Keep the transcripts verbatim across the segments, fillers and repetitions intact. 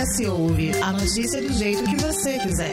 S ouve a notícia do jeito que você quiser.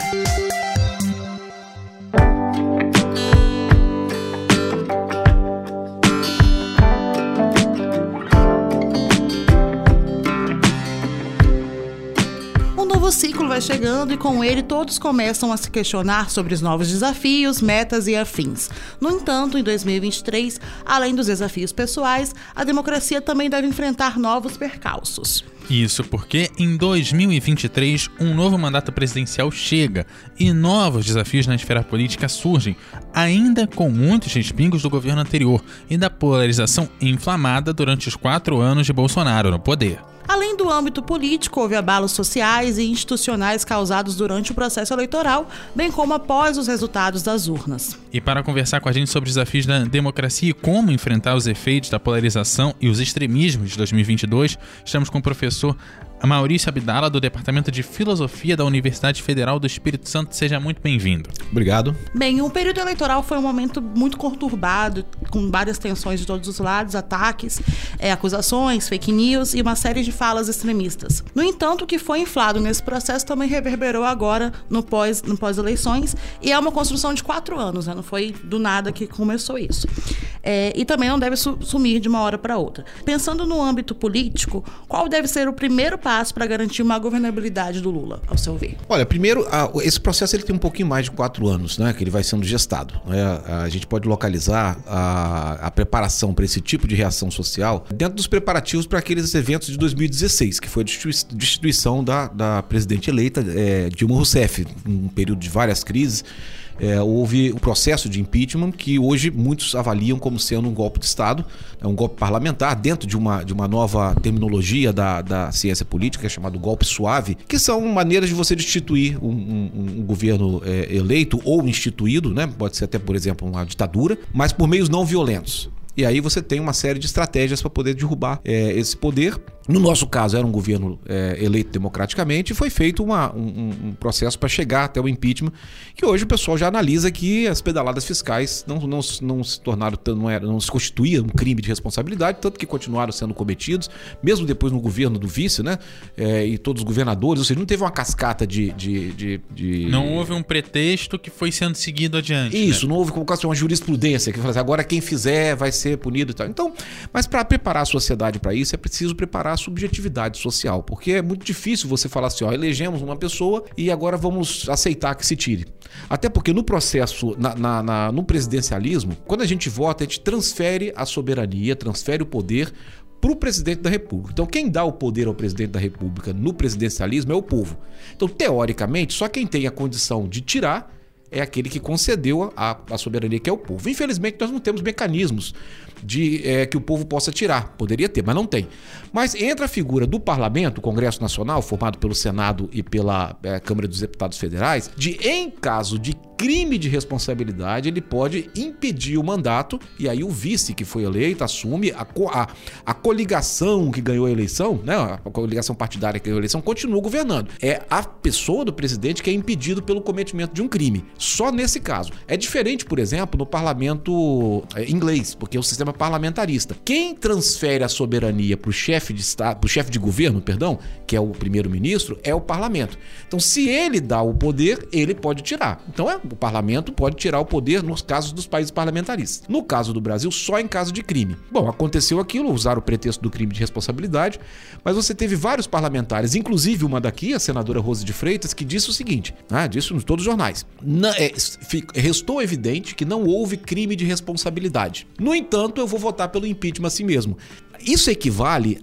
O ciclo vai chegando e com ele todos começam a se questionar sobre os novos desafios, metas e afins. No entanto, em dois mil e vinte e três, além dos desafios pessoais, a democracia também deve enfrentar novos percalços. Isso porque em dois mil e vinte e três um novo mandato presidencial chega e novos desafios na esfera política surgem, ainda com muitos respingos do governo anterior e da polarização inflamada durante os quatro anos de Bolsonaro no poder. Além do âmbito político, houve abalos sociais e institucionais causados durante o processo eleitoral, bem como após os resultados das urnas. E para conversar com a gente sobre os desafios da democracia e como enfrentar os efeitos da polarização e os extremismos de dois mil e vinte e dois, estamos com o professor Maurício Abdala, do Departamento de Filosofia da Universidade Federal do Espírito Santo. Seja muito bem-vindo. Obrigado. Bem, o período eleitoral foi um momento muito conturbado, com várias tensões de todos os lados, ataques, é, acusações, fake news e uma série de falas extremistas. No entanto, o que foi inflado nesse processo também reverberou agora no pós, no pós-eleições e é uma construção de quatro anos, né? Não foi do nada que começou isso. É, e também não deve su- sumir de uma hora para outra. Pensando no âmbito político, qual deve ser o primeiro passo para garantir uma governabilidade do Lula, ao seu ver? Olha, primeiro, a, esse processo ele tem um pouquinho mais de quatro anos, né, que ele vai sendo gestado. Né? A, a gente pode localizar a, a preparação para esse tipo de reação social dentro dos preparativos para aqueles eventos de dois mil e dezesseis, que foi a destitui- destituição da, da presidente eleita é, Dilma Rousseff, um período de várias crises. É, houve o processo de impeachment que hoje muitos avaliam como sendo um golpe de Estado, é um golpe parlamentar dentro de uma, de uma nova terminologia da, da ciência política, que é chamado golpe suave, que são maneiras de você destituir um, um, um governo é, eleito ou instituído, né? Pode ser até, por exemplo, uma ditadura, mas por meios não violentos. E aí você tem uma série de estratégias para poder derrubar é, esse poder. No nosso caso, era um governo é, eleito democraticamente e foi feito uma, um, um processo para chegar até o impeachment, que hoje o pessoal já analisa que as pedaladas fiscais não, não, não se tornaram, não, era, não se constituía um crime de responsabilidade, tanto que continuaram sendo cometidos, mesmo depois no governo do vice, né? É, e todos os governadores, ou seja, não teve uma cascata de... de, de, de... Não houve um pretexto que foi sendo seguido adiante. Isso, né? Não houve como uma jurisprudência que fala assim, agora quem fizer vai ser punido e tal. Então, mas para preparar a sociedade para isso, é preciso preparar a subjetividade social, porque é muito difícil você falar assim, ó, elegemos uma pessoa e agora vamos aceitar que se tire. Até porque no processo, na, na, na, no presidencialismo, quando a gente vota, a gente transfere a soberania, transfere o poder para o presidente da República. Então, quem dá o poder ao presidente da República no presidencialismo é o povo. Então, teoricamente, só quem tem a condição de tirar é aquele que concedeu a, a soberania, que é o povo. Infelizmente, nós não temos mecanismos de é, que o povo possa tirar. Poderia ter, mas não tem. Mas entra a figura do Parlamento, o Congresso Nacional, formado pelo Senado e pela é, Câmara dos Deputados Federais, de, em caso de crime de responsabilidade, ele pode impedir o mandato e aí o vice que foi eleito assume a, a, a coligação que ganhou a eleição, né, a coligação partidária que ganhou a eleição, continua governando. É a pessoa do presidente que é impedido pelo cometimento de um crime. Só nesse caso. É diferente, por exemplo, no parlamento inglês, porque é o sistema parlamentarista. Quem transfere a soberania para o chefe de estado, para o chefe de governo, perdão, que é o primeiro-ministro, é o parlamento. Então, se ele dá o poder, ele pode tirar. Então, é, o parlamento pode tirar o poder nos casos dos países parlamentaristas. No caso do Brasil, só em caso de crime. Bom, aconteceu aquilo, usaram o pretexto do crime de responsabilidade, mas você teve vários parlamentares, inclusive uma daqui, a senadora Rose de Freitas, que disse o seguinte, ah, disse em todos os jornais, não, é, restou evidente que não houve crime de responsabilidade. No entanto, eu vou votar pelo impeachment assim mesmo. Isso equivale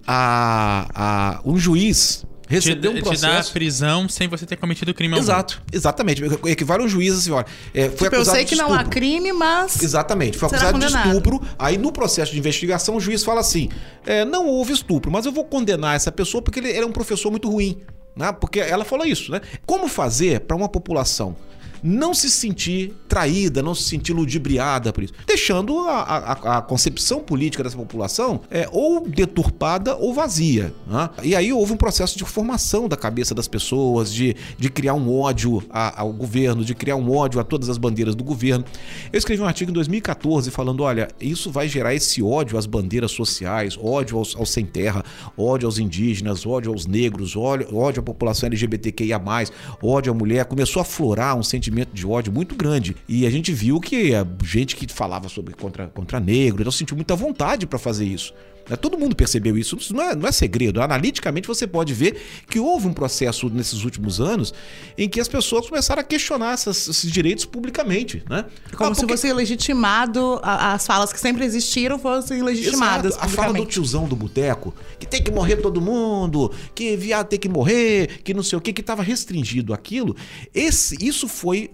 a, a um juiz receber um processo... Te dá a prisão sem você ter cometido crime algum. Exato, exatamente. Equivale a um juiz assim, olha, é, foi tipo, acusado eu sei de que estupro. não há crime, mas... Exatamente, foi será acusado condenado. de estupro, aí no processo de investigação o juiz fala assim, é, não houve estupro, mas eu vou condenar essa pessoa porque ele, ele é um professor muito ruim, né? Porque ela falou isso, né? Como fazer para uma população não se sentir traída, não se sentir ludibriada por isso, deixando a, a, a concepção política dessa população é, ou deturpada ou vazia, né? E aí houve um processo de formação da cabeça das pessoas, de, de criar um ódio a, ao governo, de criar um ódio a todas as bandeiras do governo. Eu escrevi um artigo em dois mil e quatorze falando, olha, isso vai gerar esse ódio às bandeiras sociais, ódio aos, aos sem terra, ódio aos indígenas, ódio aos negros, ódio, ódio à população L G B T Q I A mais, ódio à mulher. Começou a florar um sentimento de ódio muito grande. E a gente viu que a gente que falava sobre contra, contra negro, então sentiu muita vontade para fazer isso. Todo mundo percebeu isso, isso não é, não é segredo. Analiticamente você pode ver que houve um processo nesses últimos anos em que as pessoas começaram a questionar essas, esses direitos publicamente, né? Como ah, se porque... fosse legitimado, as falas que sempre existiram fossem legitimadas. Exato. A fala do tiozão do boteco, que tem que morrer todo mundo, que viado tem que morrer, que não sei o que, que estava restringido aquilo. Esse, isso foi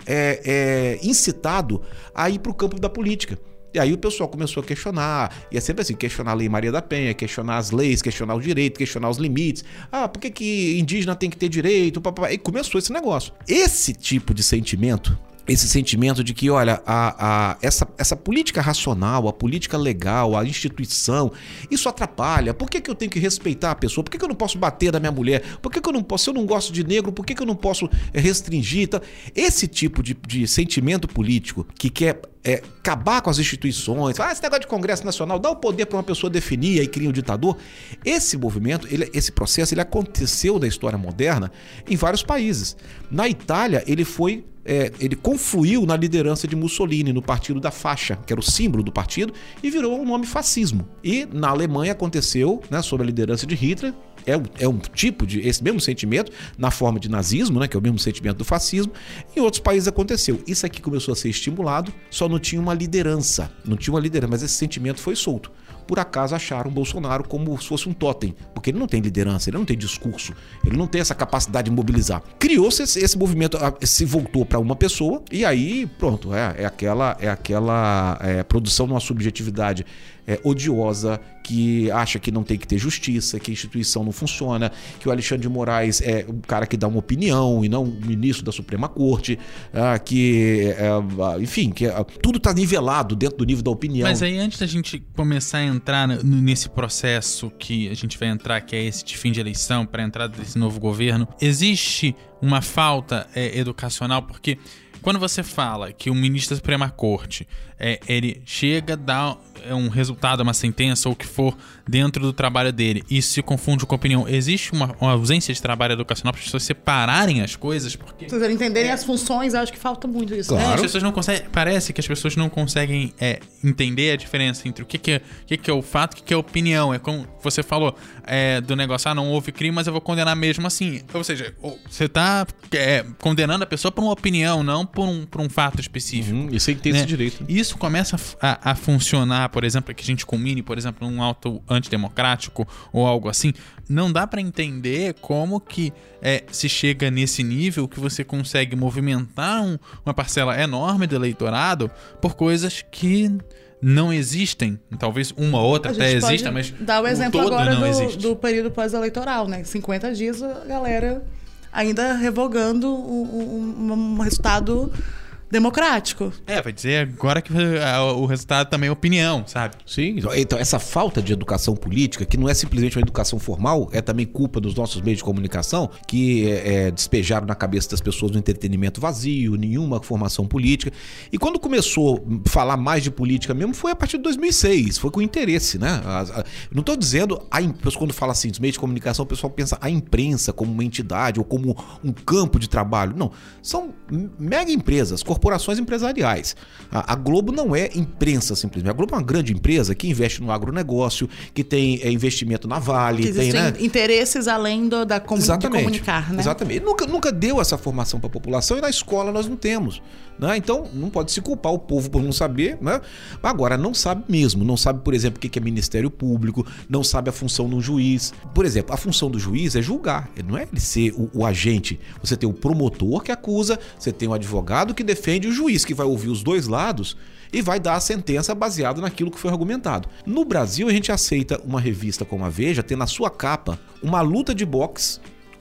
é, é, incitado a ir para o campo da política. E aí o pessoal começou a questionar, e é sempre assim, questionar a Lei Maria da Penha, questionar as leis, questionar o direito, questionar os limites. Ah, por que que indígena tem que ter direito? E começou esse negócio. Esse tipo de sentimento, esse sentimento de que, olha, a, a, essa, essa política racional, a política legal, a instituição, isso atrapalha. Por que que eu tenho que respeitar a pessoa? Por que que eu não posso bater na minha mulher? Por que que eu não posso, se eu não gosto de negro, por que que eu não posso restringir? Então, esse tipo de, de sentimento político que quer é, acabar com as instituições, ah, esse negócio de Congresso Nacional, dá o poder para uma pessoa definir e cria um ditador. Esse movimento, ele, esse processo, ele aconteceu na história moderna em vários países. Na Itália, ele foi... É, ele confluiu na liderança de Mussolini, no partido da faixa, que era o símbolo do partido, e virou o nome fascismo. E na Alemanha aconteceu, né, sob a liderança de Hitler, é um, é um tipo de, esse mesmo sentimento, na forma de nazismo, né, que é o mesmo sentimento do fascismo. Em outros países aconteceu. Isso aqui começou a ser estimulado, só não tinha uma liderança, não tinha uma liderança, mas esse sentimento foi solto. Por acaso acharam Bolsonaro como se fosse um totem, porque ele não tem liderança, ele não tem discurso, ele não tem essa capacidade de mobilizar. Criou-se esse, esse movimento, se voltou para uma pessoa, e aí pronto, é, é aquela, é aquela é, produção de uma subjetividade é, odiosa, que acha que não tem que ter justiça, que a instituição não funciona, que o Alexandre de Moraes é um cara que dá uma opinião e não um ministro da Suprema Corte, ah, que, é, enfim, que é, tudo está nivelado dentro do nível da opinião. Mas aí, antes da gente começar a entrar nesse processo que a gente vai entrar, que é esse de fim de eleição, para a entrada desse novo governo, existe uma falta é, educacional, porque quando você fala que o ministro da Suprema Corte é, ele chega, dá um resultado, uma sentença ou o que for dentro do trabalho dele e se confunde com a opinião, existe uma, uma ausência de trabalho educacional para as pessoas separarem as coisas? Porque vocês entenderem é. as funções, acho que falta muito isso. Claro. Né? As pessoas não conseguem, parece que as pessoas não conseguem é, entender a diferença entre o que, que, é, o que, que é o fato e o que, que é a opinião. É como você falou é, do negócio, ah, não houve crime, mas eu vou condenar mesmo assim. Ou seja, você está é, condenando a pessoa por uma opinião, não por um, por um fato específico. Uhum, isso aí tem, né, esse direito. Isso começa a, a funcionar, por exemplo, que a gente combine, por exemplo, um auto antidemocrático ou algo assim. Não dá para entender como que é, se chega nesse nível que você consegue movimentar um, uma parcela enorme do eleitorado por coisas que não existem. Talvez uma ou outra até exista, mas dar o exemplo todo agora não do, existe. do período pós-eleitoral, né? cinquenta dias a galera ainda revogando um, um, um resultado democrático. É, vai dizer agora que o resultado também é opinião, sabe? Sim, então essa falta de educação política, que não é simplesmente uma educação formal, é também culpa dos nossos meios de comunicação, que é, despejaram na cabeça das pessoas um entretenimento vazio, nenhuma formação política. E quando começou a falar mais de política mesmo, foi a partir de dois mil e seis, foi com interesse, né? A, a, não estou dizendo, a, quando fala assim, os meios de comunicação, o pessoal pensa a imprensa como uma entidade ou como um campo de trabalho. Não, são mega empresas, corporações empresariais. A, a Globo não é imprensa simplesmente. A Globo é uma grande empresa que investe no agronegócio, que tem é, investimento na Vale. Que existem tem, né? interesses além do, da comu- de comunicar, né? Exatamente. Nunca, nunca deu essa formação para a população e na escola nós não temos. Né? Então, não pode se culpar o povo por não saber. Né? Agora, não sabe mesmo. Não sabe, por exemplo, o que é Ministério Público, não sabe a função do juiz. Por exemplo, a função do juiz é julgar. Não é ele ser o, o agente. Você tem o promotor que acusa, você tem o advogado que defende, o juiz que vai ouvir os dois lados e vai dar a sentença baseada naquilo que foi argumentado. No Brasil, a gente aceita uma revista como a Veja ter na sua capa uma luta de boxe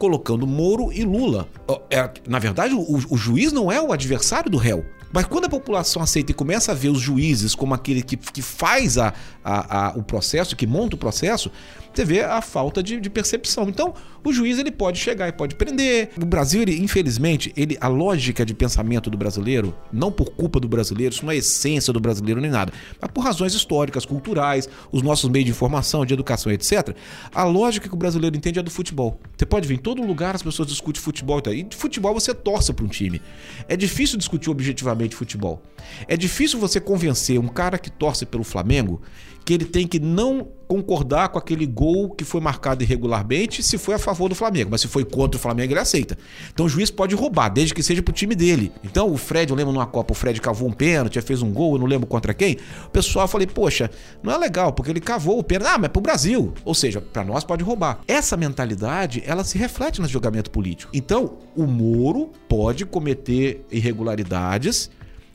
colocando Moro e Lula. É, na verdade, o, o juiz não é o adversário do réu. Mas quando a população aceita e começa a ver os juízes como aquele que, que faz a, a, a, o processo, que monta o processo, você vê a falta de, de percepção. Então, o juiz ele pode chegar e pode prender. O Brasil, ele, infelizmente, ele, a lógica de pensamento do brasileiro, não por culpa do brasileiro, isso não é a essência do brasileiro nem nada, mas por razões históricas, culturais, os nossos meios de informação, de educação, etcétera. A lógica que o brasileiro entende é do futebol. Você pode ver, em todo lugar as pessoas discutem futebol. E de futebol você torce para um time. É difícil discutir objetivamente futebol. É difícil você convencer um cara que torce pelo Flamengo que ele tem que não concordar com aquele gol que foi marcado irregularmente se foi a favor do Flamengo, mas se foi contra o Flamengo ele aceita. Então o juiz pode roubar, desde que seja pro time dele. Então o Fred, eu lembro numa Copa, o Fred cavou um pênalti, fez um gol, eu não lembro contra quem. O pessoal, eu falei, poxa, não é legal, porque ele cavou o pênalti. Ah, mas é pro Brasil. Ou seja, pra nós pode roubar. Essa mentalidade, ela se reflete no julgamento político. Então o Moro pode cometer irregularidades,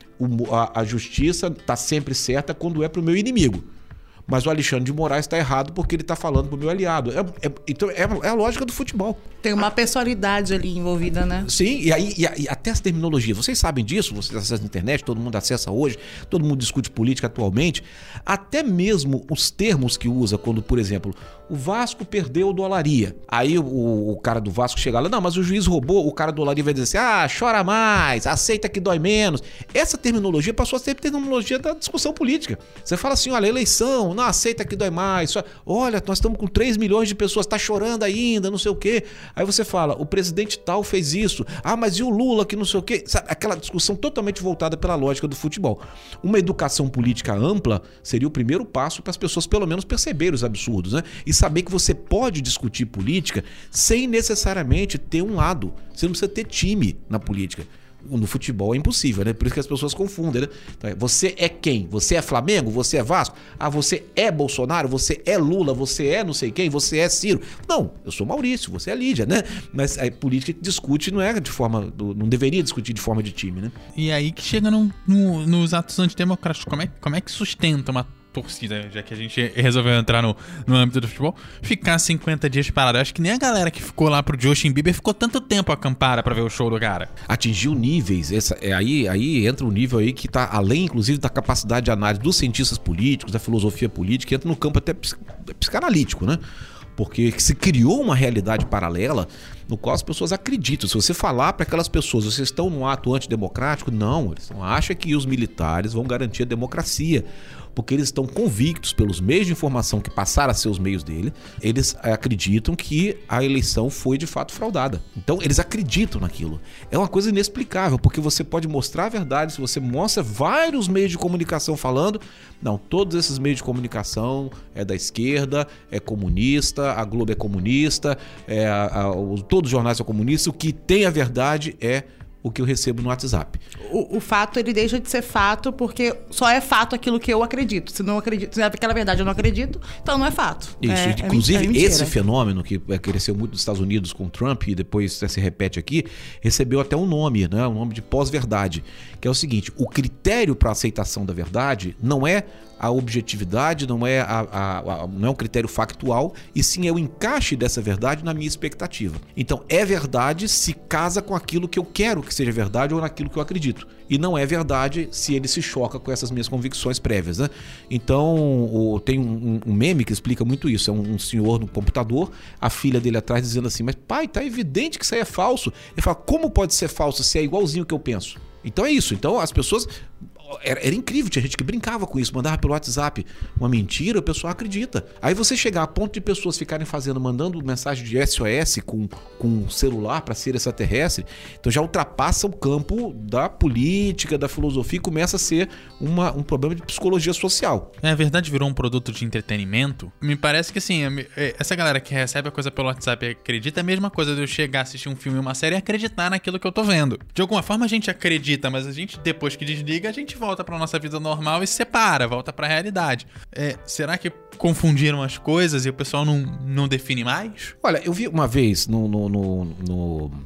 o, a, a justiça tá sempre certa quando é pro meu inimigo. Mas o Alexandre de Moraes está errado porque ele está falando pro meu aliado. É, é, então é, é a lógica do futebol. Tem uma personalidade ali envolvida, né? Sim, e aí e, e até as terminologias. Vocês sabem disso, vocês acessam a internet, todo mundo acessa hoje, todo mundo discute política atualmente. Até mesmo os termos que usa quando, por exemplo, o Vasco perdeu do Olaria. Aí o, o cara do Vasco chega lá, não, mas o juiz roubou, o cara do Olaria vai dizer assim, ah, chora mais, aceita que dói menos. Essa terminologia passou a ser terminologia da discussão política. Você fala assim, olha, eleição, não aceita que dói mais. Só, olha, nós estamos com três milhões de pessoas, tá chorando ainda, não sei o quê. Aí você fala, o presidente tal fez isso. Ah, mas e o Lula que não sei o quê? Sabe, aquela discussão totalmente voltada pela lógica do futebol. Uma educação política ampla seria o primeiro passo para as pessoas pelo menos perceberem os absurdos, né? E saber que você pode discutir política sem necessariamente ter um lado. Você não precisa ter time na política. No futebol é impossível, né? Por isso que as pessoas confundem, né? Então, você é quem? Você é Flamengo? Você é Vasco? Ah, você é Bolsonaro? Você é Lula? Você é não sei quem? Você é Ciro? Não, eu sou Maurício, você é Lídia, né? Mas a política que discute não é de forma... Não deveria discutir de forma de time, né? E aí que chega no, no, nos atos antidemocráticos. Como é, como é que sustenta uma torcida, já que a gente resolveu entrar no, no âmbito do futebol, ficar cinquenta dias parado? Eu acho que nem a galera que ficou lá pro Justin Bieber ficou tanto tempo acampara pra ver o show do cara. Atingiu níveis, essa, é, aí, aí entra um nível aí que tá além, inclusive, da capacidade de análise dos cientistas políticos, da filosofia política, entra no campo até psicanalítico, né? Porque se criou uma realidade paralela no qual as pessoas acreditam. Se você falar para aquelas pessoas, vocês estão num ato antidemocrático, não, eles não acham que os militares vão garantir a democracia, porque eles estão convictos pelos meios de informação que passaram a ser os meios dele, eles acreditam que a eleição foi de fato fraudada. Então eles acreditam naquilo. É uma coisa inexplicável, porque você pode mostrar a verdade, se você mostra vários meios de comunicação falando, não, todos esses meios de comunicação é da esquerda, é comunista, a Globo é comunista, é a, a, o, todos os jornais são comunistas, o que tem a verdade é o que eu recebo no WhatsApp. O, o fato, ele deixa de ser fato porque só é fato aquilo que eu acredito. Se não acredito, se é aquela verdade eu não acredito, então não é fato. Isso, é, inclusive é esse fenômeno que cresceu muito nos Estados Unidos com Trump e depois se repete aqui, recebeu até um nome, né? Um nome de pós-verdade, que é o seguinte, o critério para aceitação da verdade não é a objetividade, não é, a, a, a, não é um critério factual, e sim é o encaixe dessa verdade na minha expectativa. Então, é verdade se casa com aquilo que eu quero que seja verdade ou naquilo que eu acredito. E não é verdade se ele se choca com essas minhas convicções prévias, né? Então, o, tem um, um meme que explica muito isso. É um, um senhor no computador, a filha dele atrás dizendo assim, mas pai, tá evidente que isso aí é falso. Ele fala, como pode ser falso se é igualzinho o que eu penso? Então é isso. Então as pessoas... Era, era incrível, tinha gente que brincava com isso, mandava pelo WhatsApp uma mentira, o pessoal acredita. Aí você chegar a ponto de pessoas ficarem fazendo, mandando mensagem de S O S com, com celular para ser extraterrestre, então já ultrapassa o campo da política, da filosofia e começa a ser uma, um problema de psicologia social. É, a verdade virou um produto de entretenimento. Me parece que assim, essa galera que recebe a coisa pelo WhatsApp e acredita, é a mesma coisa de eu chegar, assistir um filme ou uma série e acreditar naquilo que eu tô vendo. De alguma forma a gente acredita, mas a gente, depois que desliga, a gente volta pra nossa vida normal e se separa, volta pra realidade. É, será que confundiram as coisas e o pessoal não, não define mais? Olha, eu vi uma vez no, no, no, no,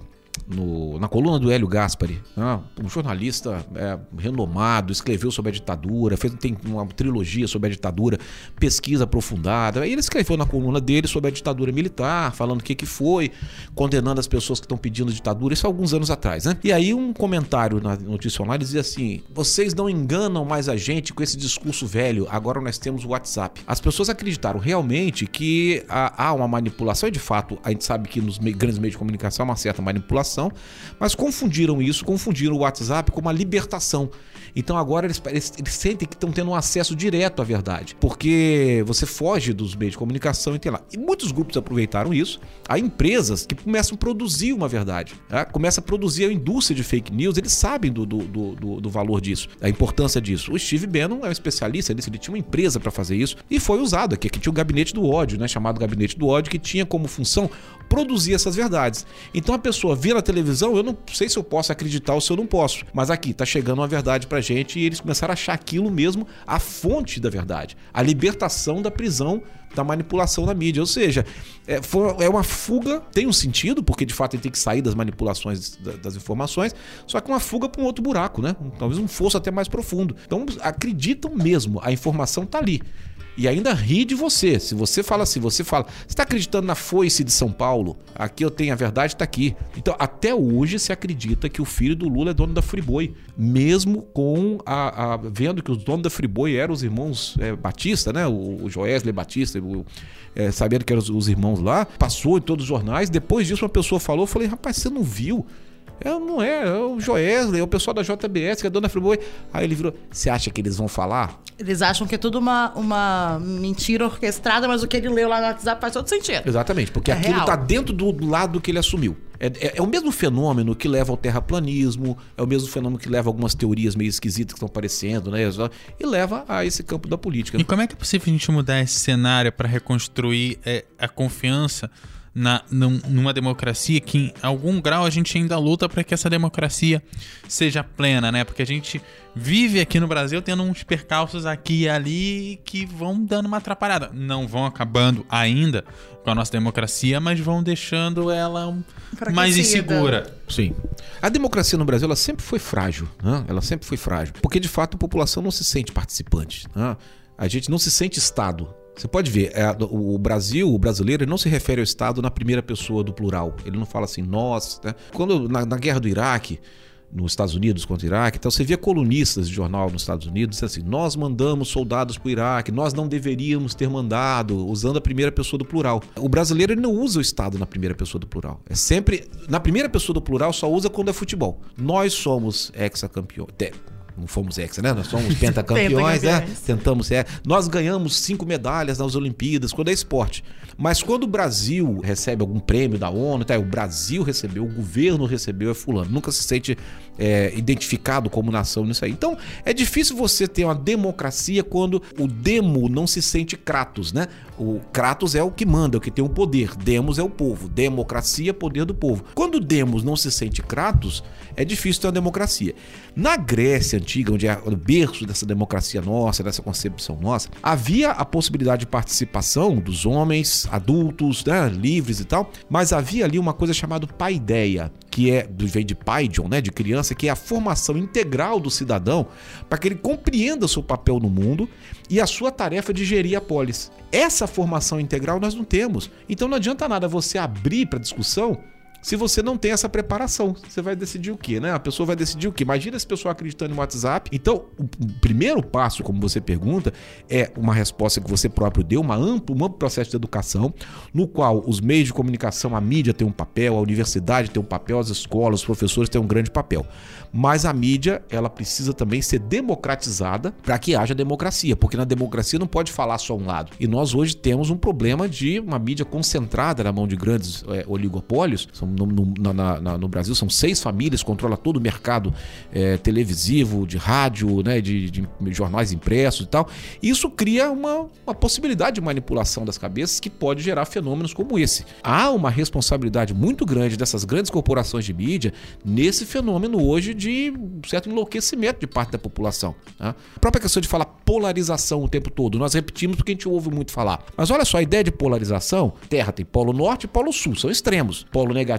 no, na coluna do Hélio Gaspari, né? Um jornalista é, renomado, escreveu sobre a ditadura, fez, tem uma trilogia sobre a ditadura, pesquisa aprofundada. Aí ele escreveu na coluna dele sobre a ditadura militar, falando o que, que foi, condenando as pessoas que estão pedindo ditadura, isso há alguns anos atrás, né? E aí um comentário na notícia online dizia assim: vocês não enganam mais a gente com esse discurso velho, agora nós temos o WhatsApp. As pessoas acreditaram realmente que há, há uma manipulação, e de fato a gente sabe que nos me- grandes meios de comunicação há uma certa manipulação, mas confundiram isso, confundiram o WhatsApp com uma libertação. Então agora eles, eles, eles sentem que estão tendo um acesso direto à verdade, porque você foge dos meios de comunicação e tem lá. E muitos grupos aproveitaram isso. Há empresas que começam a produzir uma verdade, né? Começa a produzir a indústria de fake news, eles sabem do, do, do, do valor disso, da importância disso. O Steve Bannon é um especialista nisso, ele tinha uma empresa para fazer isso e foi usado aqui, que tinha o gabinete do ódio, né? Chamado gabinete do ódio, que tinha como função produzir essas verdades. Então a pessoa vê na televisão, eu não sei se eu posso acreditar ou se eu não posso, mas aqui tá chegando uma verdade pra gente e eles começaram a achar aquilo mesmo a fonte da verdade, a libertação da prisão da manipulação na mídia. Ou seja, é, foi, é uma fuga, tem um sentido, porque de fato ele tem que sair das manipulações das, das informações, só que uma fuga para um outro buraco, né? Talvez um fosso até mais profundo. Então acreditam mesmo, a informação tá ali. E ainda ri de você. Se você fala assim, você fala, você está acreditando na foice de São Paulo? Aqui eu tenho a verdade, está aqui. Então, até hoje se acredita que o filho do Lula é dono da Friboi. Mesmo com a, a vendo que os donos da Friboi eram os irmãos é, Batista, né? O, o Joesley Batista, o, é, sabendo que eram os, os irmãos lá, passou em todos os jornais. Depois disso, uma pessoa falou, eu falei, rapaz, você não viu? É, não é, é o Joesley, é o pessoal da J B S, que é dona da Friboi. Aí ele virou, você acha que eles vão falar? Eles acham que é tudo uma, uma mentira orquestrada, mas o que ele leu lá no WhatsApp faz todo sentido. Exatamente, porque É aquilo real. está dentro do lado que ele assumiu. É, é, é o mesmo fenômeno que leva ao terraplanismo, é o mesmo fenômeno que leva a algumas teorias meio esquisitas que estão aparecendo, né? E leva a esse campo da política. E como é que é possível a gente mudar esse cenário para reconstruir é, a confiança na, num, numa democracia que em algum grau a gente ainda luta para que essa democracia seja plena, né? Porque a gente vive aqui no Brasil tendo uns percalços aqui e ali que vão dando uma atrapalhada. Não vão acabando ainda com a nossa democracia, mas vão deixando ela um, mais insegura. Sim. A democracia no Brasil, ela sempre foi frágil, né? Ela sempre foi frágil. Porque, de fato, a população não se sente participante, né? A gente não se sente Estado. Você pode ver, é, o Brasil, o brasileiro, ele não se refere ao Estado na primeira pessoa do plural. Ele não fala assim, nós, né? Quando, na, na guerra do Iraque, nos Estados Unidos contra o Iraque, então você via colunistas de jornal nos Estados Unidos dizendo assim, nós mandamos soldados para o Iraque, nós não deveríamos ter mandado, usando a primeira pessoa do plural. O brasileiro, ele não usa o Estado na primeira pessoa do plural. É sempre, na primeira pessoa do plural só usa quando é futebol. Nós somos ex-campeões. Não fomos ex, né? Nós somos pentacampeões, né? Tentamos ser. Nós ganhamos cinco medalhas nas Olimpíadas, quando é esporte. Mas quando o Brasil recebe algum prêmio da ONU, tá? O Brasil recebeu, o governo recebeu, é fulano. Nunca se sente é, identificado como nação nisso aí. Então, é difícil você ter uma democracia quando o demo não se sente Kratos, né? O Kratos é o que manda, é o que tem o poder. Demos é o povo. Democracia, poder do povo. Quando o demos não se sente Kratos, é difícil ter uma democracia. Na Grécia antiga, onde é o berço dessa democracia nossa, dessa concepção nossa, havia a possibilidade de participação dos homens adultos, né, livres e tal, mas havia ali uma coisa chamada paideia, que é, vem de paidion, né, de criança, que é a formação integral do cidadão para que ele compreenda o seu papel no mundo e a sua tarefa de gerir a polis. Essa formação integral nós não temos. Então não adianta nada você abrir para discussão se você não tem essa preparação. Você vai decidir o quê, né? A pessoa vai decidir o quê? Imagina esse pessoal acreditando no WhatsApp. Então, o primeiro passo, como você pergunta, é uma resposta que você próprio deu, uma ampla, um amplo processo de educação, no qual os meios de comunicação, a mídia tem um papel, a universidade tem um papel, as escolas, os professores têm um grande papel. Mas a mídia, ela precisa também ser democratizada para que haja democracia, porque na democracia não pode falar só um lado. E nós hoje temos um problema de uma mídia concentrada na mão de grandes é, oligopólios. São No, no, na, na, no Brasil são seis famílias, controla todo o mercado é, televisivo, de rádio, né, de, de jornais impressos e tal. Isso cria uma, uma possibilidade de manipulação das cabeças que pode gerar fenômenos como esse. Há uma responsabilidade muito grande dessas grandes corporações de mídia nesse fenômeno hoje de um certo enlouquecimento de parte da população, né? A própria questão de falar polarização o tempo todo, nós repetimos porque a gente ouve muito falar. Mas olha só, a ideia de polarização, Terra tem polo norte e polo sul, são extremos. Polo negativo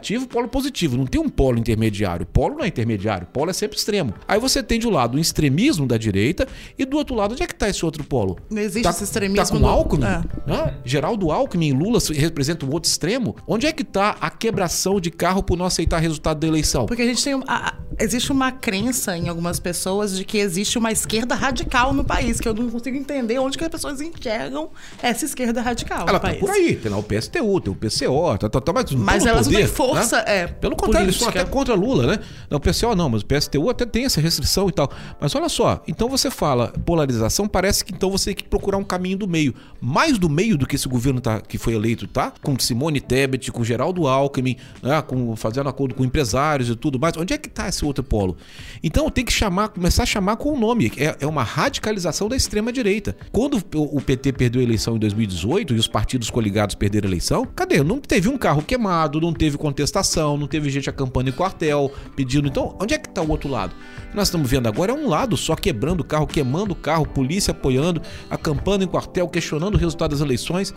negativo, polo positivo. Não tem um polo intermediário. Polo não é intermediário, polo é sempre extremo. Aí você tem de um lado o extremismo da direita e do outro lado, onde é que tá esse outro polo? Não existe tá, esse extremismo. Tá com do... Alckmin? É. Né? Geraldo Alckmin e Lula representam um outro extremo. Onde é que tá a quebração de carro por não aceitar resultado da eleição? Porque a gente tem... A, a, existe uma crença em algumas pessoas de que existe uma esquerda radical no país, que eu não consigo entender onde que as pessoas enxergam essa esquerda radical Ela no tá país. por aí. Tem lá o P S T U, tem o P C O, tá, tá, tá, mas, mas elas poder, não têm força, né? é, Pelo contrário, eles são até contra Lula, né? Não, o P C O não, mas o P S T U até tem essa restrição e tal. Mas olha só, então você fala polarização, parece que então você tem que procurar um caminho do meio. Mais do meio do que esse governo tá, que foi eleito, tá? Com Simone Tebet, com Geraldo Alckmin, né? com, fazendo acordo com empresários e tudo mais. Onde é que tá esse outro polo? Então tem que chamar, começar a chamar com o nome. É, é uma radicalização da extrema-direita. Quando o, o P T perdeu a eleição em dois mil e dezoito e os partidos coligados perderam a eleição, cadê? Não teve um carro queimado, não teve contestação, não teve gente acampando em quartel, pedindo. Então, onde é que tá o outro lado? O que nós estamos vendo agora é um lado só quebrando o carro, queimando o carro, polícia apoiando, acampando em quartel, questionando o resultado das eleições.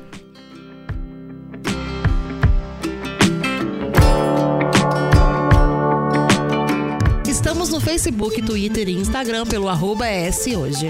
Estamos no Facebook, Twitter e Instagram pelo arroba S hoje.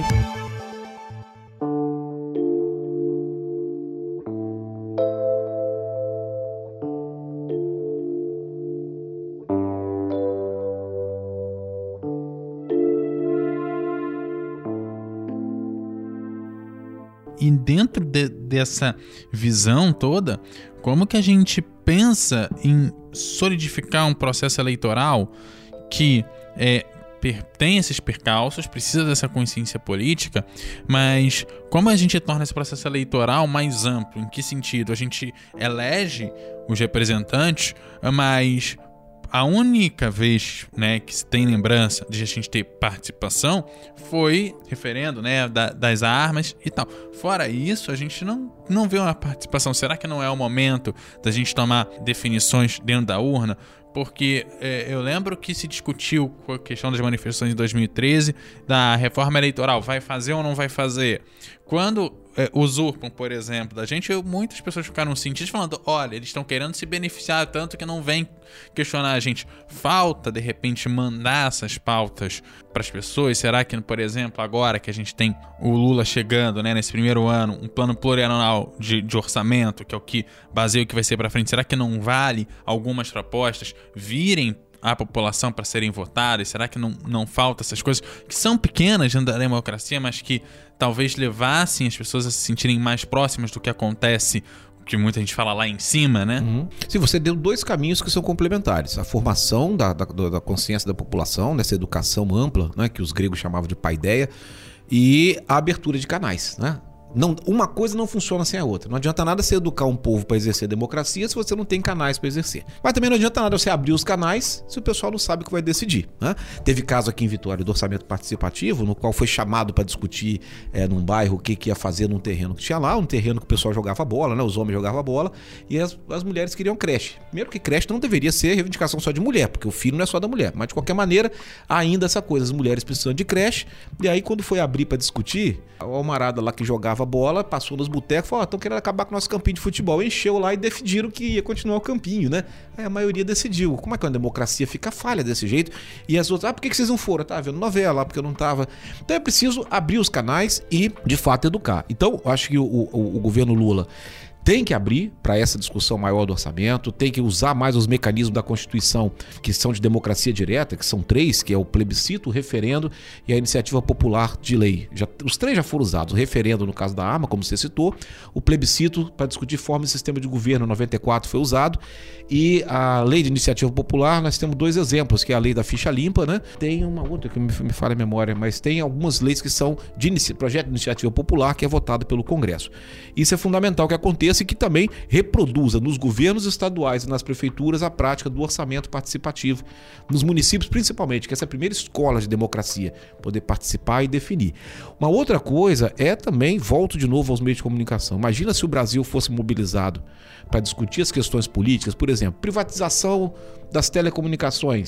E dentro de, dessa visão toda, como que a gente pensa em solidificar um processo eleitoral que é, per, tem esses percalços, precisa dessa consciência política, mas como a gente torna esse processo eleitoral mais amplo? Em que sentido? A gente elege os representantes, mas a única vez, né, que se tem lembrança de a gente ter participação foi referendo, né, da, das armas e tal. Fora isso, a gente não, não vê uma participação. Será que não é o momento da gente tomar definições dentro da urna? Porque é, eu lembro que se discutiu com a questão das manifestações de dois mil e treze, da reforma eleitoral, vai fazer ou não vai fazer? Quando é, usurpam, por exemplo, da gente, eu, muitas pessoas ficaram sentidas falando, olha, eles estão querendo se beneficiar tanto que não vem questionar a gente. Falta, de repente, mandar essas pautas para as pessoas? Será que, por exemplo, agora que a gente tem o Lula chegando, né, nesse primeiro ano, um plano plurianual de, de orçamento, que é o que baseia o que vai ser para frente, será que não vale algumas propostas virem à população para serem votadas? Será que não, não falta essas coisas que são pequenas dentro da democracia, mas que talvez levassem as pessoas a se sentirem mais próximas do que acontece, que muita gente fala lá em cima, né? Uhum. Sim, você deu dois caminhos que são complementares. A formação da, da, da consciência da população, nessa educação ampla, né, que os gregos chamavam de paideia, e a abertura de canais, né? Não, uma coisa não funciona sem a outra. Não adianta nada você educar um povo para exercer a democracia se você não tem canais para exercer. Mas também não adianta nada você abrir os canais se o pessoal não sabe o que vai decidir, né? Teve caso aqui em Vitória do orçamento participativo, no qual foi chamado para discutir é, num bairro o que, que ia fazer num terreno que tinha lá, um terreno que o pessoal jogava bola, né? Os homens jogavam bola e as, as mulheres queriam creche. Primeiro que creche não deveria ser reivindicação só de mulher, porque o filho não é só da mulher. Mas de qualquer maneira, ainda essa coisa, as mulheres precisam de creche. E aí quando foi abrir para discutir, a almarada lá que jogava bola, passou nos botecos e falou, estão oh, querendo acabar com o nosso campinho de futebol. Encheu lá e decidiram que ia continuar o campinho, né? Aí a maioria decidiu. Como é que uma democracia fica falha desse jeito? E as outras, ah, por que vocês não foram? Eu tava vendo novela, porque eu não tava. Então é preciso abrir os canais e, de fato, educar. Então, eu acho que o, o, o governo Lula tem que abrir para essa discussão maior do orçamento, tem que usar mais os mecanismos da Constituição que são de democracia direta, que são três, que é o plebiscito, o referendo e a iniciativa popular de lei. Já, os três já foram usados. O referendo, no caso da arma, como você citou, o plebiscito para discutir forma de sistema de governo, em noventa e quatro foi usado, e a lei de iniciativa popular, nós temos dois exemplos, que é a lei da ficha limpa, né? Tem uma outra que me, me falha a memória, mas tem algumas leis que são de inici- projeto de iniciativa popular que é votado pelo Congresso. Isso é fundamental que aconteça e que também reproduza nos governos estaduais e nas prefeituras a prática do orçamento participativo, nos municípios principalmente, que essa é a primeira escola de democracia, poder participar e definir. Uma outra coisa é também, volto de novo aos meios de comunicação, imagina se o Brasil fosse mobilizado para discutir as questões políticas, por exemplo, privatização das telecomunicações.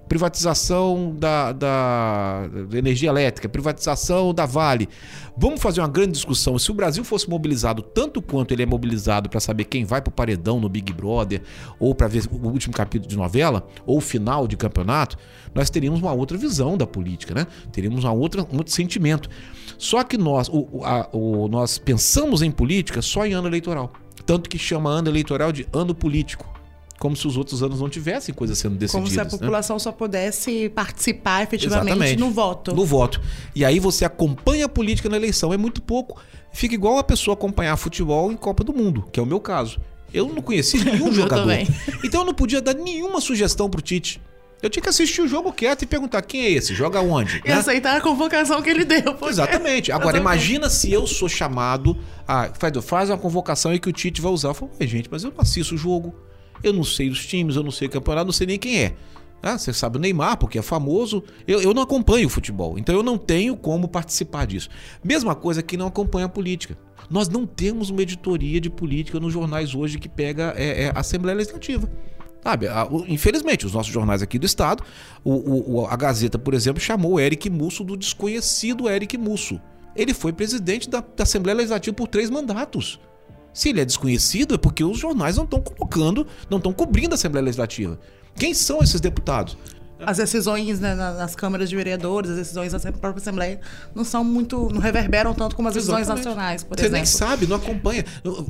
privatização da, da, da energia elétrica, privatização da Vale. Vamos fazer uma grande discussão. Se o Brasil fosse mobilizado tanto quanto ele é mobilizado para saber quem vai pro paredão no Big Brother, ou para ver o último capítulo de novela, ou o final de campeonato, nós teríamos uma outra visão da política, né? Teríamos uma outra, um outro sentimento. Só que nós, o, a, o, nós pensamos em política só em ano eleitoral. Tanto que chama ano eleitoral de ano político. Como se os outros anos não tivessem coisas sendo decididas. Como se a população, né, só pudesse participar efetivamente Exatamente. no voto. No voto. E aí você acompanha a política na eleição. É muito pouco. Fica igual a pessoa acompanhar futebol em Copa do Mundo, que é o meu caso. Eu não conheci nenhum jogador. Também. Então eu não podia dar nenhuma sugestão pro Tite. Eu tinha que assistir o jogo quieto e perguntar quem é esse, joga onde? E né? aceitar a convocação que ele deu. Porque... Exatamente. Agora, imagina se eu sou chamado a... Faz uma convocação aí que o Tite vai usar. Eu falo, gente, mas eu não assisto o jogo. Eu não sei os times, eu não sei o campeonato, não sei nem quem é. Ah, você sabe o Neymar, porque é famoso. Eu, eu não acompanho o futebol, então eu não tenho como participar disso. Mesma coisa que não acompanha a política. Nós não temos uma editoria de política nos jornais hoje que pega é, é, a Assembleia Legislativa. Sabe, a, o, infelizmente, os nossos jornais aqui do Estado, o, o, a Gazeta, por exemplo, chamou o Eric Musso do desconhecido Eric Musso. Ele foi presidente da, da Assembleia Legislativa por três mandatos. Se ele é desconhecido, é porque os jornais não estão colocando, não estão cobrindo a Assembleia Legislativa. Quem são esses deputados? As decisões, né, nas câmaras de vereadores, as decisões da própria Assembleia não são muito, não reverberam tanto como as decisões Exatamente. nacionais, por Você exemplo. Você nem sabe, não acompanha.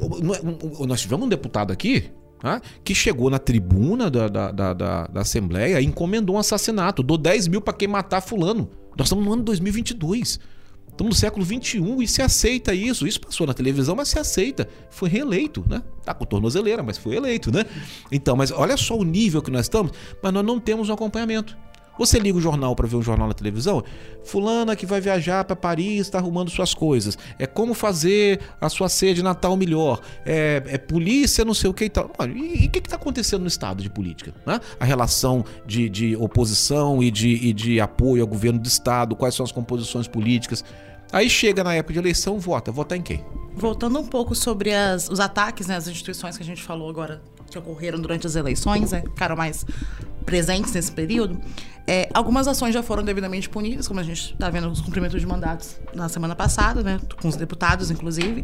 Nós tivemos um deputado aqui, tá, que chegou na tribuna da, da, da, da, da Assembleia e encomendou um assassinato. Dou dez mil para quem matar fulano. Nós estamos no ano dois mil e vinte e dois. Estamos no século vinte e um e se aceita isso. Isso passou na televisão, mas se aceita. Foi reeleito, né? Tá com tornozeleira, mas foi eleito, né? Então, mas olha só o nível que nós estamos, mas nós não temos um acompanhamento. Você liga o jornal para ver um jornal na televisão, fulana que vai viajar para Paris está arrumando suas coisas. É como fazer a sua ceia de Natal melhor. É, é polícia, não sei o que e tal. E o que está acontecendo no estado de política? Né? A relação de, de oposição e de, e de apoio ao governo do estado, quais são as composições políticas. Aí chega na época de eleição, vota. Votar em quem? Voltando um pouco sobre as, os ataques, né, às instituições que a gente falou agora, que ocorreram durante as eleições, né, ficaram mais presentes nesse período, é, algumas ações já foram devidamente punidas, como a gente está vendo os cumprimentos de mandatos na semana passada, né, com os deputados, inclusive.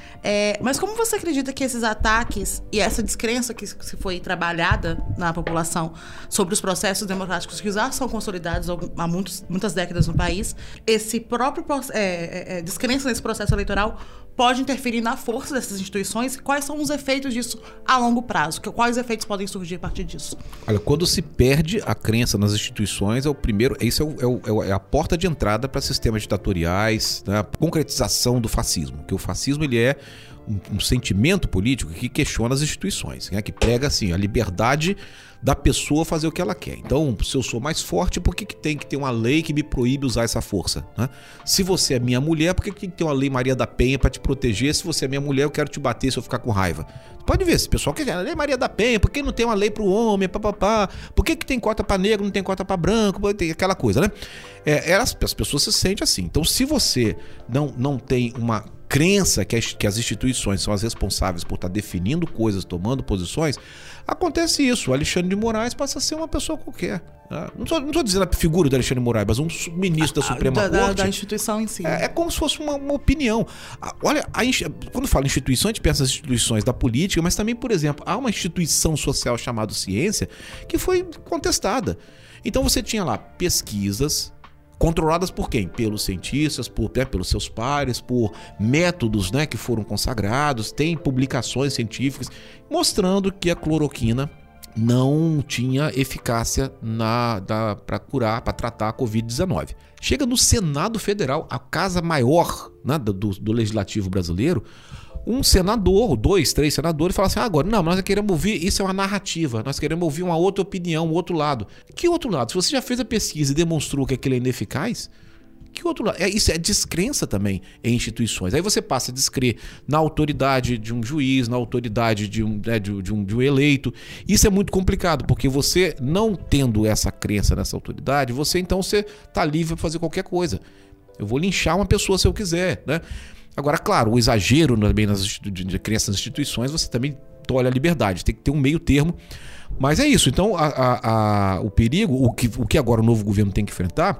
É, mas como você acredita que esses ataques e essa descrença que se foi trabalhada na população sobre os processos democráticos que já são consolidados há muitos, muitas décadas no país, esse próprio é, é, descrença nesse processo eleitoral pode interferir na força dessas instituições? E quais são os efeitos disso a longo prazo? Quais efeitos podem surgir a partir disso? Olha, quando se perde a crença nas instituições, é o primeiro, isso é, o, é, o, é a porta de entrada para sistemas ditatoriais, né? A concretização do fascismo, que o fascismo ele é um, um sentimento político que questiona as instituições, né? Que prega assim, a liberdade da pessoa fazer o que ela quer. Então, se eu sou mais forte, por que, que tem que ter uma lei que me proíbe usar essa força? Né? Se você é minha mulher, por que, que tem que ter uma lei Maria da Penha para te proteger? Se você é minha mulher, eu quero te bater se eu ficar com raiva. Pode ver, esse pessoal quer a lei Maria da Penha, por que não tem uma lei para o homem, papapá? Por que, que tem cota para negro, não tem cota para branco? Tem aquela coisa, né? É, elas, as pessoas se sentem assim. Então, se você não, não tem uma crença que as, que as instituições são as responsáveis por estar definindo coisas, tomando posições, acontece isso. O Alexandre de Moraes passa a ser uma pessoa qualquer. Né? Não estou dizendo a figura do Alexandre de Moraes, mas um ministro da Suprema da, Corte. Da, da instituição em si. É, é como se fosse uma, uma opinião. Olha, a, quando fala instituição, a gente pensa nas instituições da política, mas também, por exemplo, há uma instituição social chamada ciência que foi contestada. Então você tinha lá pesquisas controladas por quem? Pelos cientistas, por, né, pelos seus pares, por métodos, né, que foram consagrados. Tem publicações científicas mostrando que a cloroquina não tinha eficácia para curar, para tratar a covid dezenove. Chega no Senado Federal, a casa maior, né, do, do Legislativo brasileiro, um senador, dois, três senadores, falam assim, ah, agora, não, nós queremos ouvir, isso é uma narrativa, nós queremos ouvir uma outra opinião, um outro lado. Que outro lado? Se você já fez a pesquisa e demonstrou que aquilo é ineficaz, que outro lado? É, isso é descrença também em instituições. Aí você passa a descrer na autoridade de um juiz, na autoridade de um, né, de, de, um, de um eleito. Isso é muito complicado, porque você, não tendo essa crença nessa autoridade, você então você está livre para fazer qualquer coisa. Eu vou linchar uma pessoa se eu quiser, né? Agora, claro, o exagero também nas de crença nas instituições, você também tolhe a liberdade. Tem que ter um meio termo. Mas é isso. Então, a, a, a, o perigo, o que, o que agora o novo governo tem que enfrentar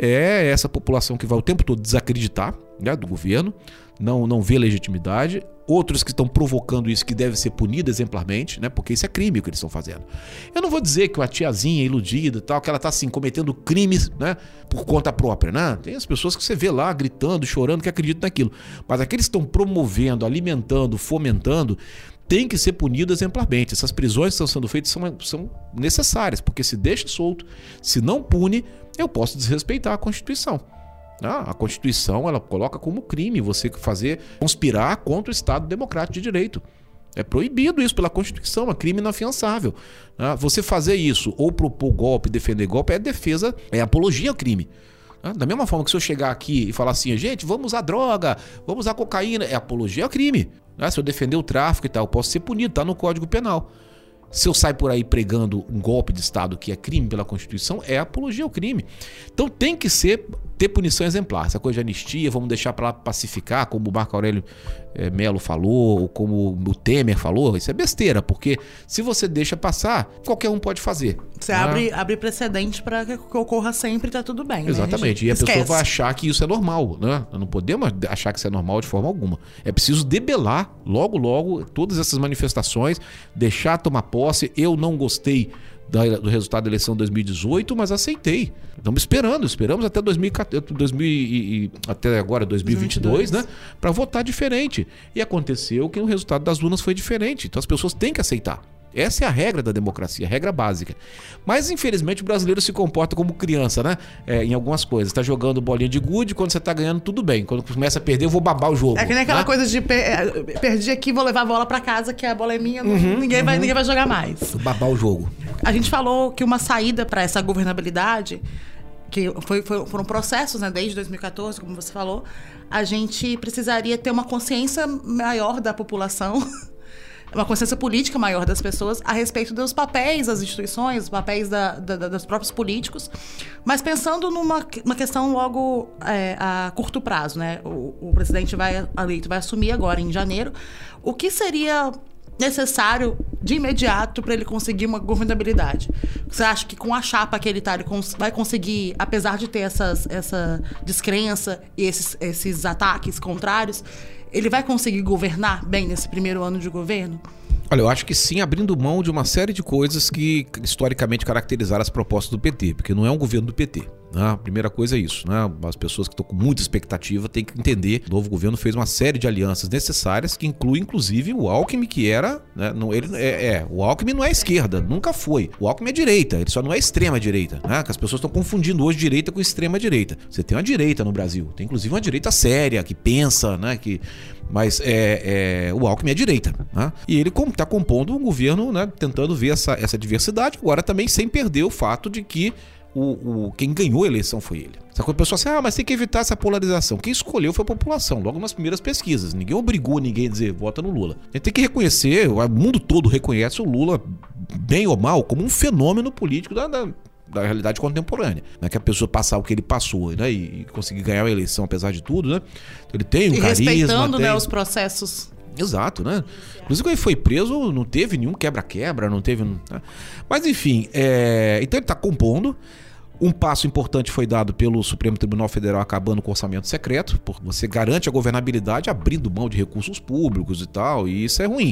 é essa população que vai o tempo todo desacreditar, né, do governo, não, não vê legitimidade. Outros que estão provocando isso, que deve ser punido exemplarmente, né? Porque isso é crime o que eles estão fazendo. Eu não vou dizer que uma tiazinha iludida e tal, que ela está assim, cometendo crimes, né? Por conta própria, né? Tem as pessoas que você vê lá gritando, chorando, que acreditam naquilo. Mas aqueles que estão promovendo, alimentando, fomentando, tem que ser punido exemplarmente. Essas prisões que estão sendo feitas são, são necessárias, porque se deixa solto, se não pune, eu posso desrespeitar a Constituição. Ah, a Constituição, ela coloca como crime você fazer, conspirar contra o Estado Democrático de Direito. É proibido isso pela Constituição, é crime inafiançável. Ah, você fazer isso ou propor golpe, defender golpe, é defesa, é apologia ao crime. Ah, da mesma forma que se eu chegar aqui e falar assim, gente, vamos usar droga, vamos usar cocaína, é apologia ao crime. Ah, se eu defender o tráfico e tal, eu posso ser punido, tá no Código Penal. Se eu sair por aí pregando um golpe de Estado que é crime pela Constituição, é apologia ao crime. Então tem que ser, ter punição exemplar. Essa coisa de anistia, vamos deixar para lá pacificar, como o Marco Aurélio é, Melo falou, ou como o Temer falou, isso é besteira, porque se você deixa passar, qualquer um pode fazer. Você né? abre, abre precedente para que ocorra sempre e tá tudo bem. Exatamente. Né? E a Esquece. pessoa vai achar que isso é normal, né? Não podemos achar que isso é normal de forma alguma. É preciso debelar logo, logo todas essas manifestações, deixar tomar posse. Eu não gostei da, do resultado da eleição de dois mil e dezoito, mas aceitei. Estamos esperando, esperamos até dois mil e quatorze, dois mil e, até agora dois mil e vinte e dois, né? Para votar diferente. E aconteceu que o resultado das urnas foi diferente. Então as pessoas têm que aceitar. Essa é a regra da democracia, a regra básica. Mas, infelizmente, o brasileiro se comporta como criança, né? É, em algumas coisas. Tá jogando bolinha de gude, quando você tá ganhando, tudo bem. Quando começa a perder, eu vou babar o jogo. É que nem aquela né? coisa de per... perdi aqui, vou levar a bola pra casa, que a bola é minha, uhum, ninguém, uhum. Vai, ninguém vai jogar mais. Vou babar o jogo. A gente falou que uma saída para essa governabilidade, que foi, foi, foram processos, né, desde dois mil e quatorze, como você falou, a gente precisaria ter uma consciência maior da população, uma consciência política maior das pessoas a respeito dos papéis das instituições, os papéis da, da, dos próprios políticos, mas pensando numa uma questão logo é, a curto prazo, né? O, o presidente vai, eleito vai assumir agora em janeiro. O que seria necessário de imediato para ele conseguir uma governabilidade? Você acha que com a chapa que ele está, ele cons- vai conseguir, apesar de ter essas, essa descrença e esses, esses ataques contrários, ele vai conseguir governar bem nesse primeiro ano de governo? Olha, eu acho que sim, abrindo mão de uma série de coisas que historicamente caracterizaram as propostas do P T, porque não é um governo do P T. Né? A primeira coisa é isso, né? As pessoas que estão com muita expectativa têm que entender que o novo governo fez uma série de alianças necessárias, que inclui inclusive o Alckmin, que era, né? não, ele, é, é, o Alckmin não é esquerda, nunca foi. O Alckmin é direita, ele só não é extrema direita, né? Que as pessoas estão confundindo hoje direita com extrema direita. Você tem uma direita no Brasil, tem inclusive uma direita séria, que pensa, né? Que Mas é, é, o Alckmin é direita, né? E ele está compondo um governo, né, tentando ver essa, essa diversidade, agora também sem perder o fato de que o, o, quem ganhou a eleição foi ele. Só que o pessoal assim, ah, mas tem que evitar essa polarização. Quem escolheu foi a população, logo nas primeiras pesquisas. Ninguém obrigou ninguém a dizer, vota no Lula. A gente tem que reconhecer, o mundo todo reconhece o Lula, bem ou mal, como um fenômeno político da... da da realidade contemporânea, né? Que a pessoa passar o que ele passou, né? E, e conseguir ganhar a eleição apesar de tudo, né? Então, ele tem um e carisma, respeitando, tem... né, os processos. Exato, né? Inclusive quando ele foi preso, não teve nenhum quebra-quebra, não teve... Né? Mas enfim, é... então ele está compondo. Um passo importante foi dado pelo Supremo Tribunal Federal acabando com o orçamento secreto, porque você garante a governabilidade abrindo mão de recursos públicos e tal, e isso é ruim.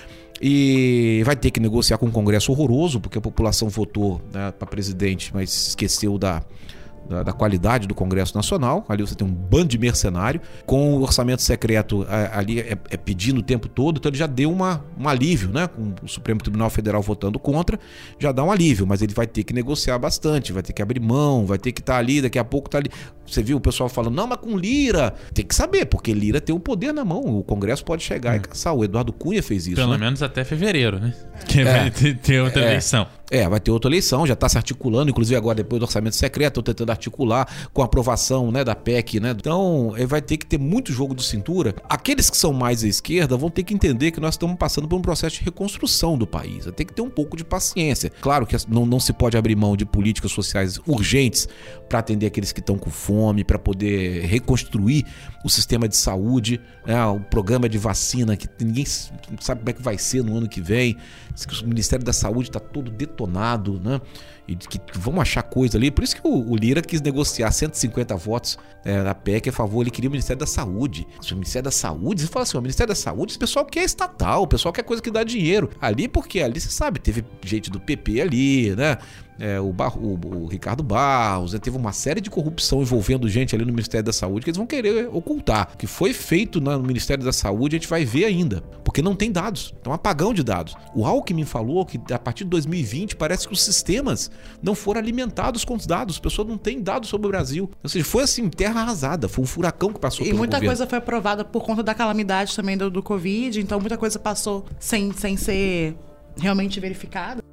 E vai ter que negociar com um Congresso horroroso, porque a população votou, né, para presidente, mas esqueceu da, da, da qualidade do Congresso Nacional. Ali você tem um bando de mercenário. Com o orçamento secreto ali é, é pedindo o tempo todo, então ele já deu uma, um alívio, né? Com o Supremo Tribunal Federal votando contra, já dá um alívio, mas ele vai ter que negociar bastante, vai ter que abrir mão, vai ter que estar ali, daqui a pouco tá ali. Você viu o pessoal falando, não, mas com Lira. Tem que saber, porque Lira tem o poder na mão. O Congresso pode chegar é. e caçar. O Eduardo Cunha fez isso. Pelo né? menos até fevereiro, né? Que é. vai ter, ter outra é. eleição. É, vai ter outra eleição, já está se articulando, inclusive agora depois do orçamento secreto, estou tentando articular com a aprovação, né, da P E C, né? Então, vai ter que ter muito jogo de cintura. Aqueles que são mais à esquerda vão ter que entender que nós estamos passando por um processo de reconstrução do país. Tem que ter um pouco de paciência. Claro que não, não se pode abrir mão de políticas sociais urgentes para atender aqueles que estão com fome, para poder reconstruir o sistema de saúde, né, o programa de vacina, que ninguém sabe como é que vai ser no ano que vem. O Ministério da Saúde está todo detonado, né? E que, que vamos achar coisa ali. Por isso que o, o Lira quis negociar cento e cinquenta votos é, da P E C a favor. Ele queria o Ministério da Saúde. O Ministério da Saúde, você fala assim, o Ministério da Saúde, esse pessoal quer estatal, o pessoal quer coisa que dá dinheiro. Ali, porque ali, você sabe, teve gente do P P ali, né? É, o, Bar, o, o Ricardo Barros, né? Teve uma série de corrupção envolvendo gente ali no Ministério da Saúde que eles vão querer ocultar. O que foi feito no Ministério da Saúde a gente vai ver ainda, porque não tem dados, é um apagão de dados. O Alckmin falou que a partir de dois mil e vinte parece que os sistemas não foram alimentados com os dados, as pessoas não têm dados sobre o Brasil. Ou seja, foi assim, terra arrasada, foi um furacão que passou e pelo muita governo. Coisa foi aprovada por conta da calamidade também do, do Covid, então muita coisa passou sem, sem ser realmente verificada.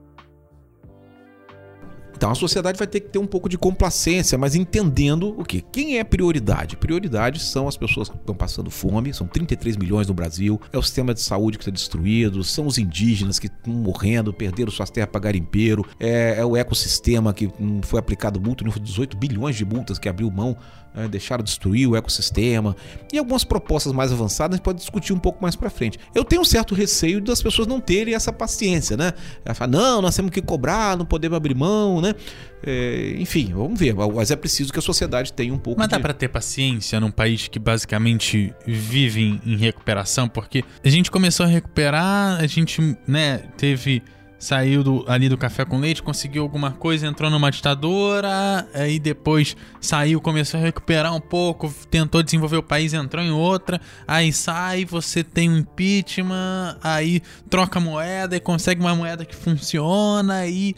Então a sociedade vai ter que ter um pouco de complacência, mas entendendo o quê? Quem é prioridade? Prioridade são as pessoas que estão passando fome, são trinta e três milhões no Brasil, é o sistema de saúde que está destruído, são os indígenas que estão morrendo, perderam suas terras para garimpeiro, é, é o ecossistema que não foi aplicado multa, não foi dezoito bilhões de multas que abriu mão, é, deixaram de destruir o ecossistema, e algumas propostas mais avançadas a gente pode discutir um pouco mais para frente. Eu tenho um certo receio das pessoas não terem essa paciência, né? Ela fala, não, nós temos que cobrar, não podemos abrir mão, né? É, enfim, vamos ver, mas é preciso que a sociedade tenha um pouco Mas de... dá pra ter paciência num país que basicamente vive em, em recuperação, porque a gente começou a recuperar, a gente, né, teve... Saiu do, ali do café com leite, conseguiu alguma coisa, entrou numa ditadura, aí depois saiu, começou a recuperar um pouco, tentou desenvolver o país, entrou em outra, aí sai, você tem um impeachment, aí troca moeda e consegue uma moeda que funciona, aí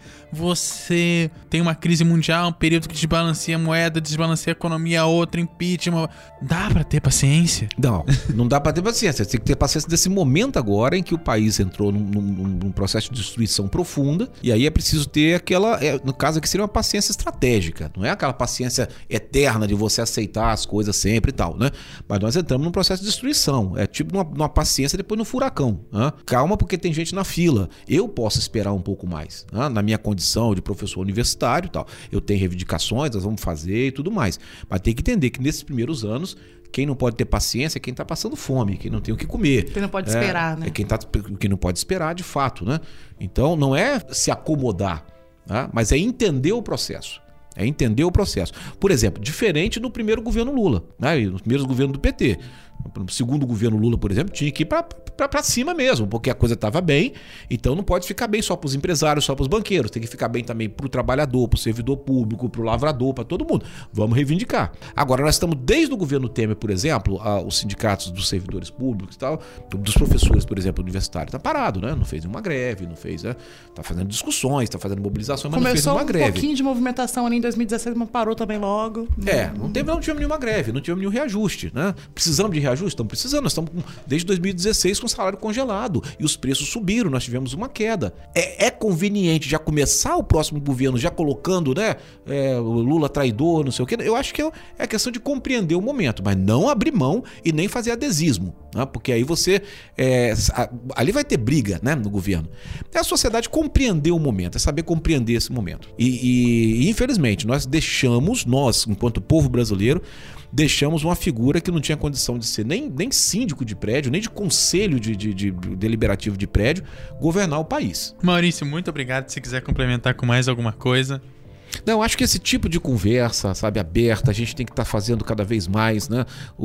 você tem uma crise mundial, um período que desbalanceia a moeda, desbalanceia a economia, outro impeachment. Dá pra ter paciência? Não, não dá pra ter paciência. Você tem que ter paciência desse momento agora em que o país entrou num, num, num processo de destruição profunda, e aí é preciso ter aquela, é, no caso aqui seria uma paciência estratégica, não é aquela paciência eterna de você aceitar as coisas sempre e tal, né? Mas nós entramos num processo de destruição, é tipo numa, numa paciência depois no furacão, né? Calma, porque tem gente na fila, eu posso esperar um pouco mais, né? Na minha condição de professor universitário e tal, eu tenho reivindicações, nós vamos fazer e tudo mais, mas tem que entender que nesses primeiros anos quem não pode ter paciência é quem está passando fome, quem não tem o que comer. Quem não pode é, esperar, né? É quem, tá, quem não pode esperar, de fato, né? Então, não é se acomodar, né? Mas é entender o processo. É entender o processo. Por exemplo, diferente no primeiro governo Lula, né? E nos primeiros governos do P T. No segundo governo Lula, por exemplo, tinha que ir para cima mesmo, porque a coisa estava bem, então não pode ficar bem só para os empresários, só para os banqueiros, tem que ficar bem também para o trabalhador, para o servidor público, para o lavrador, para todo mundo. Vamos reivindicar. Agora, nós estamos desde o governo Temer, por exemplo, a, os sindicatos dos servidores públicos e tal, dos professores, por exemplo, universitários, está parado, né? Não fez nenhuma greve, não fez, né? Está fazendo discussões, está fazendo mobilizações, mas Começou não fez nenhuma greve. Começou um pouquinho de movimentação ali em dois mil e dezesseis, mas parou também logo. É, não, teve, não tivemos nenhuma greve, não tivemos nenhum reajuste, né? Precisamos de reajuste? Estamos precisando, nós estamos com, desde dois mil e dezesseis com salário congelado e os preços subiram, nós tivemos uma queda. É, é conveniente já começar o próximo governo já colocando, né, é, o Lula traidor, não sei o quê. Eu acho que é, é questão de compreender o momento, mas não abrir mão e nem fazer adesismo, né? Porque aí você, é, ali vai ter briga, né, no governo. É a sociedade compreender o momento, é saber compreender esse momento. E, e, e infelizmente nós deixamos, nós, enquanto povo brasileiro, deixamos uma figura que não tinha condição de ser nem, nem síndico de prédio, nem de conselho de, de, de deliberativo de prédio, governar o país. Maurício, muito obrigado. Se quiser complementar com mais alguma coisa... Não, acho que esse tipo de conversa, sabe, aberta, a gente tem que estar tá fazendo cada vez mais, né?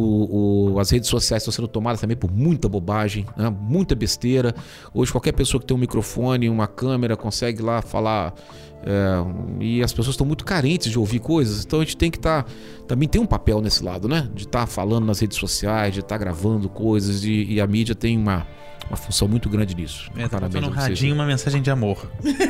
O, o, as redes sociais estão sendo tomadas também por muita bobagem, né? Muita besteira. Hoje qualquer pessoa que tem um microfone, uma câmera, consegue lá falar... É, e as pessoas estão muito carentes de ouvir coisas, então a gente tem que estar... Tá, também tem um papel nesse lado, né? De estar tá falando nas redes sociais, de estar tá gravando coisas, e, e a mídia tem uma... uma função muito grande nisso. É, tá faltando um radinho, uma mensagem de amor.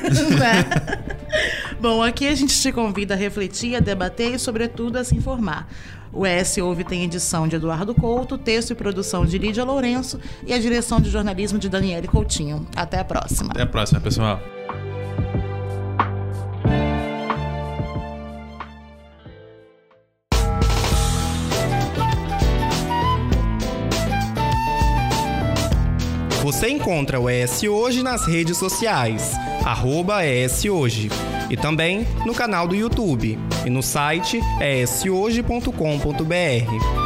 É. Bom, aqui a gente te convida a refletir, a debater e, sobretudo, a se informar. O E S Ouve tem edição de Eduardo Couto, texto e produção de Lídia Lourenço e a direção de jornalismo de Daniele Coutinho. Até a próxima. Até a próxima, pessoal. Você encontra o E S Hoje nas redes sociais, arroba E S Hoje, e também no canal do YouTube e no site e s hoje ponto com ponto b r.